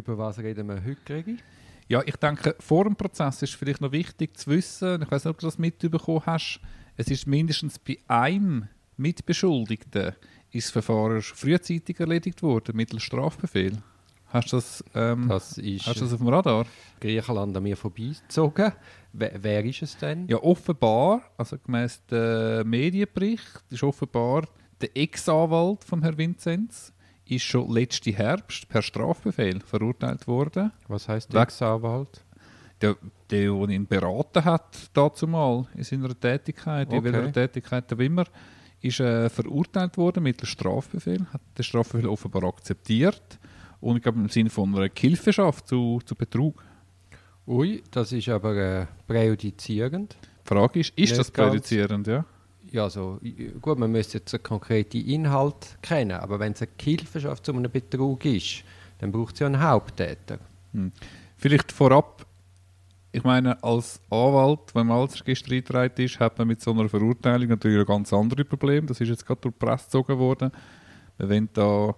Über was reden wir heute, Gregi? Ja, ich denke, vor dem Prozess ist vielleicht noch wichtig zu wissen, ich weiß nicht, ob du das mitbekommen hast, es ist mindestens bei einem Mitbeschuldigten ist das Verfahren frühzeitig erledigt worden, mittels Strafbefehl. Hast du das, hast du das auf dem Radar? Griechenland an mir vorbeigezogen. Wer ist es denn? Ja, offenbar, also gemäss dem Medienbericht, ist offenbar der Ex-Anwalt von Herrn Vinzenz ist schon letzten Herbst per Strafbefehl verurteilt worden. Was heisst der Ex-Anwalt? Der ihn beraten hat, dazumal in seiner Tätigkeit, in welcher Tätigkeit auch immer, ist verurteilt worden mittels Strafbefehl, hat den Strafbefehl offenbar akzeptiert und ich glaube im Sinne von einer Gehilfenschaft zu Betrug. Ui, das ist aber präjudizierend. Die Frage ist das präjudizierend, ja? Ja, also, gut, man müsste jetzt einen konkreten Inhalt kennen, aber wenn es eine Gehilfenschaft zu einem Betrug ist, dann braucht es ja einen Haupttäter. Vielleicht vorab, ich meine, als Anwalt, wenn man als Register eingetragen ist, hat man mit so einer Verurteilung natürlich ein ganz anderes Problem. Das ist jetzt gerade durch die Presse gezogen worden. Wir wollen da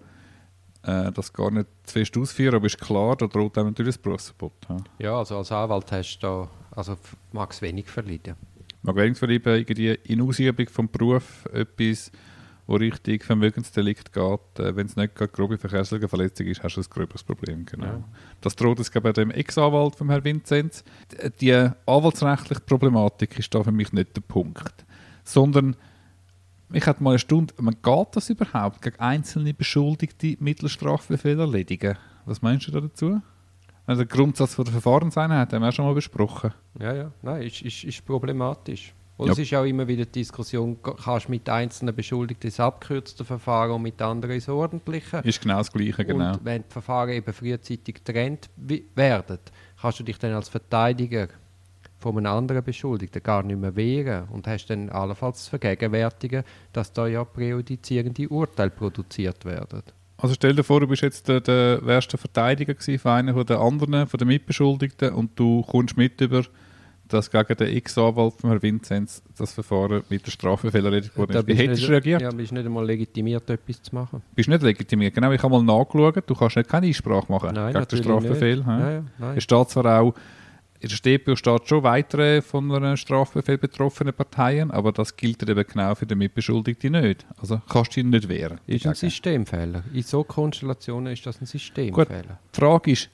das gar nicht zu fest ausführen, aber ist klar, da droht einem natürlich das Berufsverbot. Ja, also als Anwalt hast du da, also mag es wenig verleiden. Mag wenig verleiden, irgendwie in Ausübung vom Beruf etwas, wo richtig Vermögensdelikt geht. Wenn es nicht gerade grobe Verkehrsregelverletzung ist, hast du ein gröberes Problem. Genau. Ja. Das droht es bei dem Ex-Anwalt von Herrn Vinzenz. Die anwaltsrechtliche Problematik ist da für mich nicht der Punkt. Sondern, ich hatte mal eine Stunde, geht das überhaupt, gegen einzelne Beschuldigte mittels Strafbefehl erledigen? Was meinst du da dazu? Also der Grundsatz von der Verfahrenseinheit haben wir auch schon mal besprochen. Ja, nein, ist problematisch. Und es ist auch immer wieder die Diskussion, kannst du mit einzelnen Beschuldigten das abkürzte Verfahren und mit anderen ins ordentliche? Ist genau das Gleiche, genau. Und wenn die Verfahren eben frühzeitig getrennt werden, kannst du dich dann als Verteidiger von einem anderen Beschuldigten gar nicht mehr wehren und hast dann allenfalls zu vergegenwärtigen, dass da ja präjudizierende Urteile produziert werden. Also stell dir vor, du bist jetzt wärst der Verteidiger von einer der anderen, von den Mitbeschuldigten und du kommst mit über, dass gegen den Ex-Anwalt von Herrn Vinzenz das Verfahren mit der Strafbefehl erledigt worden ist. Wie hättest du reagiert? Ja, bist nicht einmal legitimiert, etwas zu machen. Bist nicht legitimiert, genau. Ich habe mal nachgeschaut, du kannst nicht keine Einsprache machen gegen den Strafbefehl. Nein. Es steht zwar auch, in der StPO steht schon weitere von einem Strafbefehl betroffene Parteien, aber das gilt eben genau für den Mitbeschuldigten nicht. Also kannst du ihn nicht wehren. Ist ein Systemfehler. In so Konstellationen ist das ein Systemfehler. Gut, die Frage ist,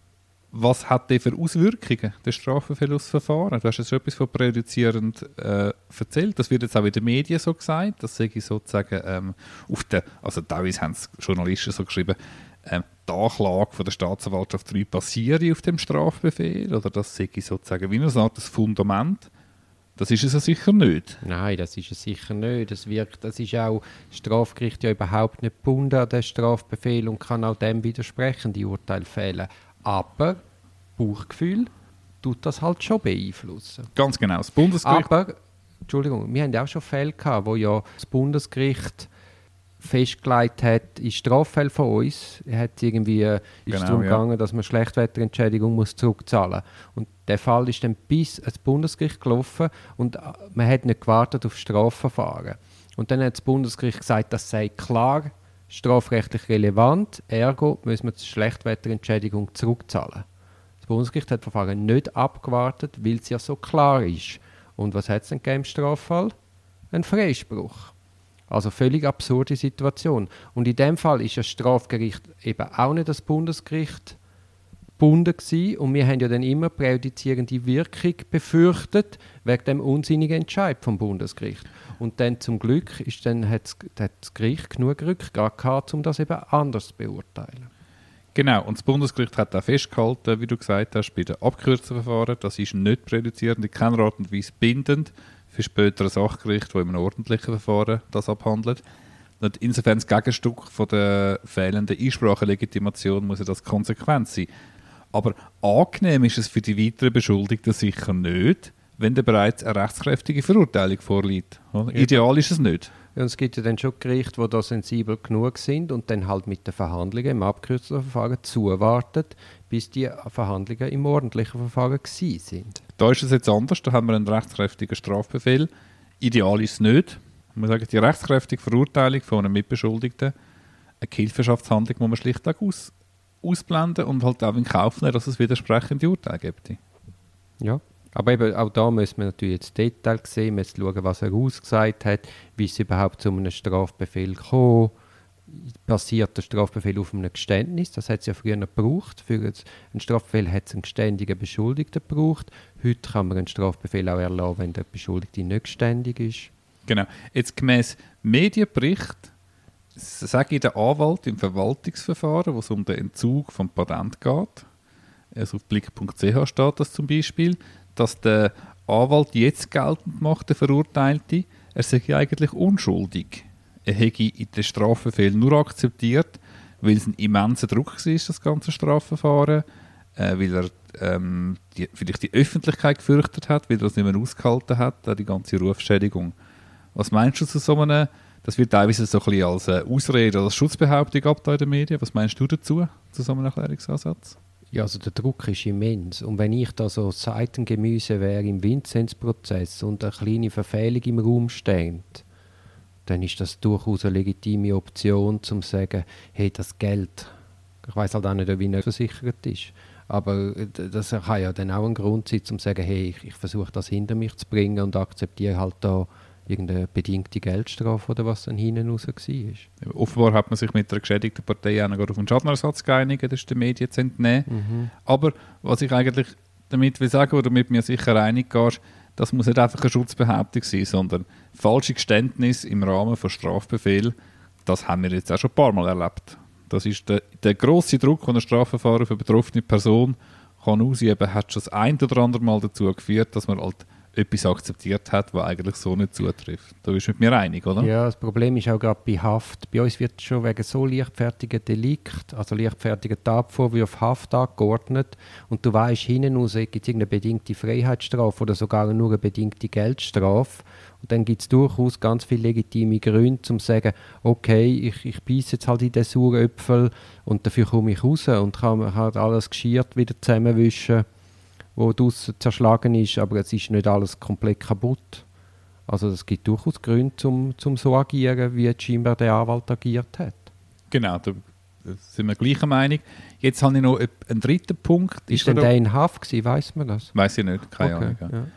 was hat der für Auswirkungen, der Strafbefehl aus Verfahren? Du hast jetzt schon etwas von präjudizierend erzählt. Das wird jetzt auch in den Medien so gesagt. Das sage ich sozusagen also teilweise haben es Journalisten so geschrieben, die Anklage von der Staatsanwaltschaft 3 basiere auf dem Strafbefehl oder das sehe ich sozusagen wie eine Art Fundament. Das ist es ja sicher nicht. Nein, das ist es sicher nicht. Das ist auch das Strafgericht ja überhaupt nicht gebunden an den Strafbefehl und kann auch dem widersprechen, die Urteile fällen. Aber Bauchgefühl tut das halt schon beeinflussen. Ganz genau. Das Bundesgericht... Aber, Entschuldigung, wir haben auch schon Fälle gehabt, wo ja das Bundesgericht festgelegt hat, in Straffällen von uns ist es darum gegangen, dass man Schlechtwetterentschädigung muss zurückzahlen muss. Und der Fall ist dann bis ins Bundesgericht gelaufen und man hat nicht gewartet auf Strafverfahren. Und dann hat das Bundesgericht gesagt, das sei klar strafrechtlich relevant, ergo müssen wir die Schlechtwetterentschädigung zurückzahlen. Das Bundesgericht hat das Verfahren nicht abgewartet, weil es ja so klar ist. Und was hat es denn gegeben im Straffall? Ein Freispruch. Also völlig absurde Situation. Und in dem Fall ist das Strafgericht eben auch nicht das Bundesgericht gebunden gewesen. Und wir haben ja dann immer präjudizierende Wirkung befürchtet, wegen dem unsinnigen Entscheid vom Bundesgericht. Und dann zum Glück hat das Gericht genug Rückgrat gehabt, um das eben anders zu beurteilen. Genau, und das Bundesgericht hat auch festgehalten, wie du gesagt hast, bei den abgekürzten Verfahren, das ist nicht präjudizierend, in keiner Art und Weise bindend für spätere Sachgerichte, die in einem ordentlichen Verfahren das abhandelt. Und insofern das Gegenstück von der fehlenden Einsprachelegitimation muss ja das Konsequenz sein. Aber angenehm ist es für die weiteren Beschuldigten sicher nicht, wenn da bereits eine rechtskräftige Verurteilung vorliegt. Ideal ist es nicht. Ja, es gibt ja dann schon Gerichte, die da sensibel genug sind und dann halt mit den Verhandlungen im abgekürzten Verfahren zuwarten, bis die Verhandlungen im ordentlichen Verfahren gewesen sind. Da ist es jetzt anders, da haben wir einen rechtskräftigen Strafbefehl. Ideal ist es nicht. Ich muss sagen, die rechtskräftige Verurteilung von einem Mitbeschuldigten, eine Gehilfenschaftshandlung muss man schlichtweg ausblenden und halt auch in Kauf nehmen, dass es widersprechende Urteile gibt. Ja, aber eben auch da müssen wir natürlich jetzt Detail sehen, wir müssen schauen, was er ausgesagt hat, wie es überhaupt zu einem Strafbefehl kam. Basiert der Strafbefehl auf einem Geständnis? Das hat es ja früher gebraucht. Für einen Strafbefehl hat es einen geständigen Beschuldigten gebraucht. Heute kann man einen Strafbefehl auch erlassen, wenn der Beschuldigte nicht geständig ist. Genau. Jetzt gemäss Medienbericht sage ich der Anwalt im Verwaltungsverfahren, wo es um den Entzug vom Patent geht, also auf blick.ch steht das zum Beispiel, dass der Anwalt jetzt geltend macht, der Verurteilte, er sei eigentlich unschuldig. Er hätte in den Strafbefehl nur akzeptiert, weil es ein immenser Druck war, das ganze Strafverfahren, weil er vielleicht die Öffentlichkeit gefürchtet hat, weil er das nicht mehr ausgehalten hat, die ganze Rufschädigung. Was meinst du zu so einem, das wird teilweise so ein bisschen als Ausrede oder als Schutzbehauptung abgetan in den Medien, was meinst du dazu, zu so einem Erklärungsansatz? Ja, also der Druck ist immens. Und wenn ich da so Seitengemüse wäre im Vinzenz-Prozess und eine kleine Verfehlung im Raum steht, dann ist das durchaus eine legitime Option, um zu sagen, hey, das Geld, ich weiss halt auch nicht, wie er versichert ist, aber das kann ja dann auch ein Grund sein, um zu sagen, hey, ich versuche das hinter mich zu bringen und akzeptiere halt da irgendeine bedingte Geldstrafe oder was dann hinten raus war. Offenbar hat man sich mit der geschädigten Partei auch noch auf einen Schadenersatz geeinigt, das ist den Medien zu entnehmen. Aber was ich eigentlich damit will sagen, oder mit mir sicher einig gehst, das muss nicht einfach eine Schutzbehauptung sein, sondern falsche Geständnisse im Rahmen von Strafbefehl, das haben wir jetzt auch schon ein paar Mal erlebt. Das ist der grosse Druck, den ein Strafverfahren für eine betroffene Person kann ausüben, hat schon das ein oder andere Mal dazu geführt, dass man halt etwas akzeptiert hat, was eigentlich so nicht zutrifft. Da bist du mit mir einig, oder? Ja, das Problem ist auch gerade bei Haft. Bei uns wird schon wegen so leichtfertigen Delikt, also leichtfertigen Tatvorwürfen Haft angeordnet und du weißt, hinten raus gibt es irgendeine bedingte Freiheitsstrafe oder sogar nur eine bedingte Geldstrafe und dann gibt es durchaus ganz viele legitime Gründe, um zu sagen, okay, ich beiße jetzt halt in den sauren Äpfel und dafür komme ich raus und kann halt alles Geschirr wieder zusammenwischen, wo draussen zerschlagen ist, aber es ist nicht alles komplett kaputt. Also es gibt durchaus Gründe, zum so agieren, wie scheinbar der Anwalt agiert hat. Genau, da sind wir gleicher Meinung. Jetzt habe ich noch einen dritten Punkt. Ist denn der in Haft gewesen, weiss man das? Weiss ich nicht, keine Ahnung.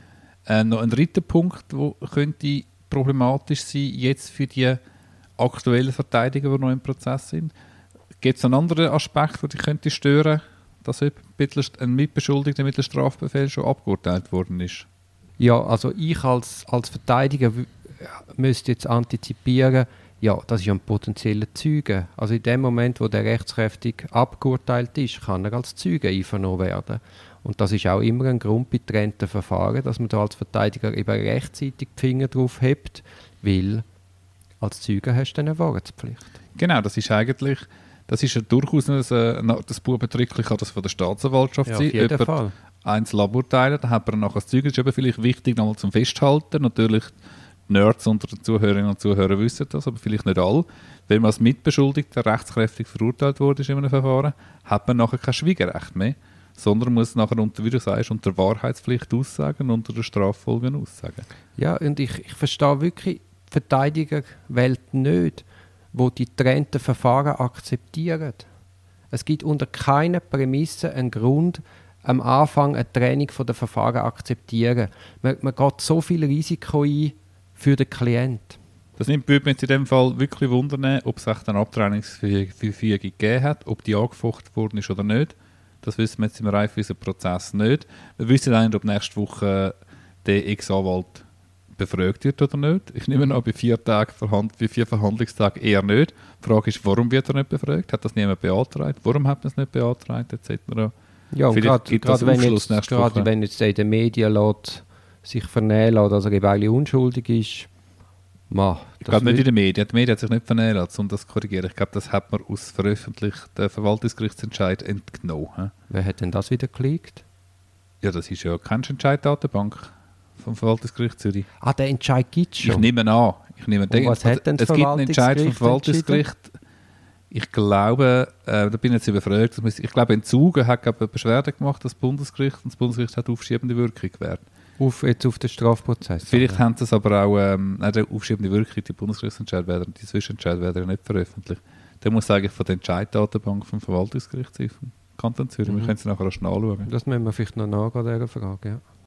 Ja. Noch ein dritter Punkt, der könnte problematisch sein, jetzt für die aktuellen Verteidiger, die noch im Prozess sind. Gibt es einen anderen Aspekt, der dich könnte stören, dass ein Mitbeschuldigter mit dem Strafbefehl schon abgeurteilt worden ist? Ja, also ich als Verteidiger müsste jetzt antizipieren, ja, das ist ein potenzieller Zeuge. Also in dem Moment, wo der rechtskräftig abgeurteilt ist, kann er als Zeuge einvernommen werden. Und das ist auch immer ein Grund bei getrennten Verfahren, dass man da als Verteidiger eben rechtzeitig die Finger drauf hebt, weil als Zeuge hast du eine Wahrheitspflicht. Genau, das ist eigentlich... Das ist ja durchaus das Bubentrickli, kann das von der Staatsanwaltschaft sein. Auf jeden Fall. Einzeln aburteilen, dann hat man nachher das Zeug. Das ist eben vielleicht wichtig, nochmal zum Festhalten. Natürlich, die Nerds unter den Zuhörerinnen und Zuhörern wissen das, aber vielleicht nicht alle. Wenn man als Mitbeschuldigter rechtskräftig verurteilt wurde in einem Verfahren, hat man nachher kein Schwiegerrecht mehr, sondern muss nachher, wie du sagst, unter Wahrheitspflicht aussagen und unter der Straffolgen aussagen. Ja, und ich verstehe wirklich, die Verteidigerwelt nicht, wo die getrennten Verfahren akzeptieren. Es gibt unter keiner Prämisse einen Grund, am Anfang eine Trennung der Verfahren akzeptieren. Man geht so viel Risiko ein für den Klienten. Das würde mich jetzt in dem Fall wirklich wundern, ob es echt eine Abtrennungsverfügung gegeben hat, ob die angefochten worden ist oder nicht. Das wissen wir jetzt im Reifeisen-Prozess nicht. Wir wissen auch nicht, ob nächste Woche der Ex-Anwalt befragt wird oder nicht. Ich nehme an, bei 4 Verhandlungstagen eher nicht. Die Frage ist, warum wird er nicht befragt? Hat das niemand beantragt? Warum hat man es nicht beantragt? Etc. Ja, und gerade wenn jetzt in den Medien sich vernehmen lässt, dass er eben eigentlich unschuldig ist. Ich glaube nicht in den Medien. Die Medien hat sich nicht vernehmen lassen, um das zu korrigieren. Ich glaube, das hat man aus veröffentlichten Verwaltungsgerichtsentscheid entnommen. Wer hat denn das wieder geleakt? Ja, das ist ja keine Entscheiddatenbank vom Verwaltungsgericht Zürich. Ah, der Entscheid gibt es schon? Ich nehme an. Was hat denn das Es gibt einen Entscheid vom Verwaltungsgericht. Ich glaube, da bin ich jetzt überfragt, ich glaube, Entzugen hat eine Beschwerde gemacht, das Bundesgericht, und das Bundesgericht hat aufschiebende Wirkung gewährt. Jetzt auf den Strafprozess? Vielleicht haben sie es aber auch, die aufschiebende Wirkung, die Bundesgerichtsentscheid werden, die Zwischenentscheid werden ja nicht veröffentlicht. Der muss eigentlich von der Entscheiddatenbank vom Verwaltungsgericht sein, vom Kanton Zürich. Wir können es nachher auch schnell anschauen. Das müssen wir vielleicht noch nachgehen, dieser Frage, ja.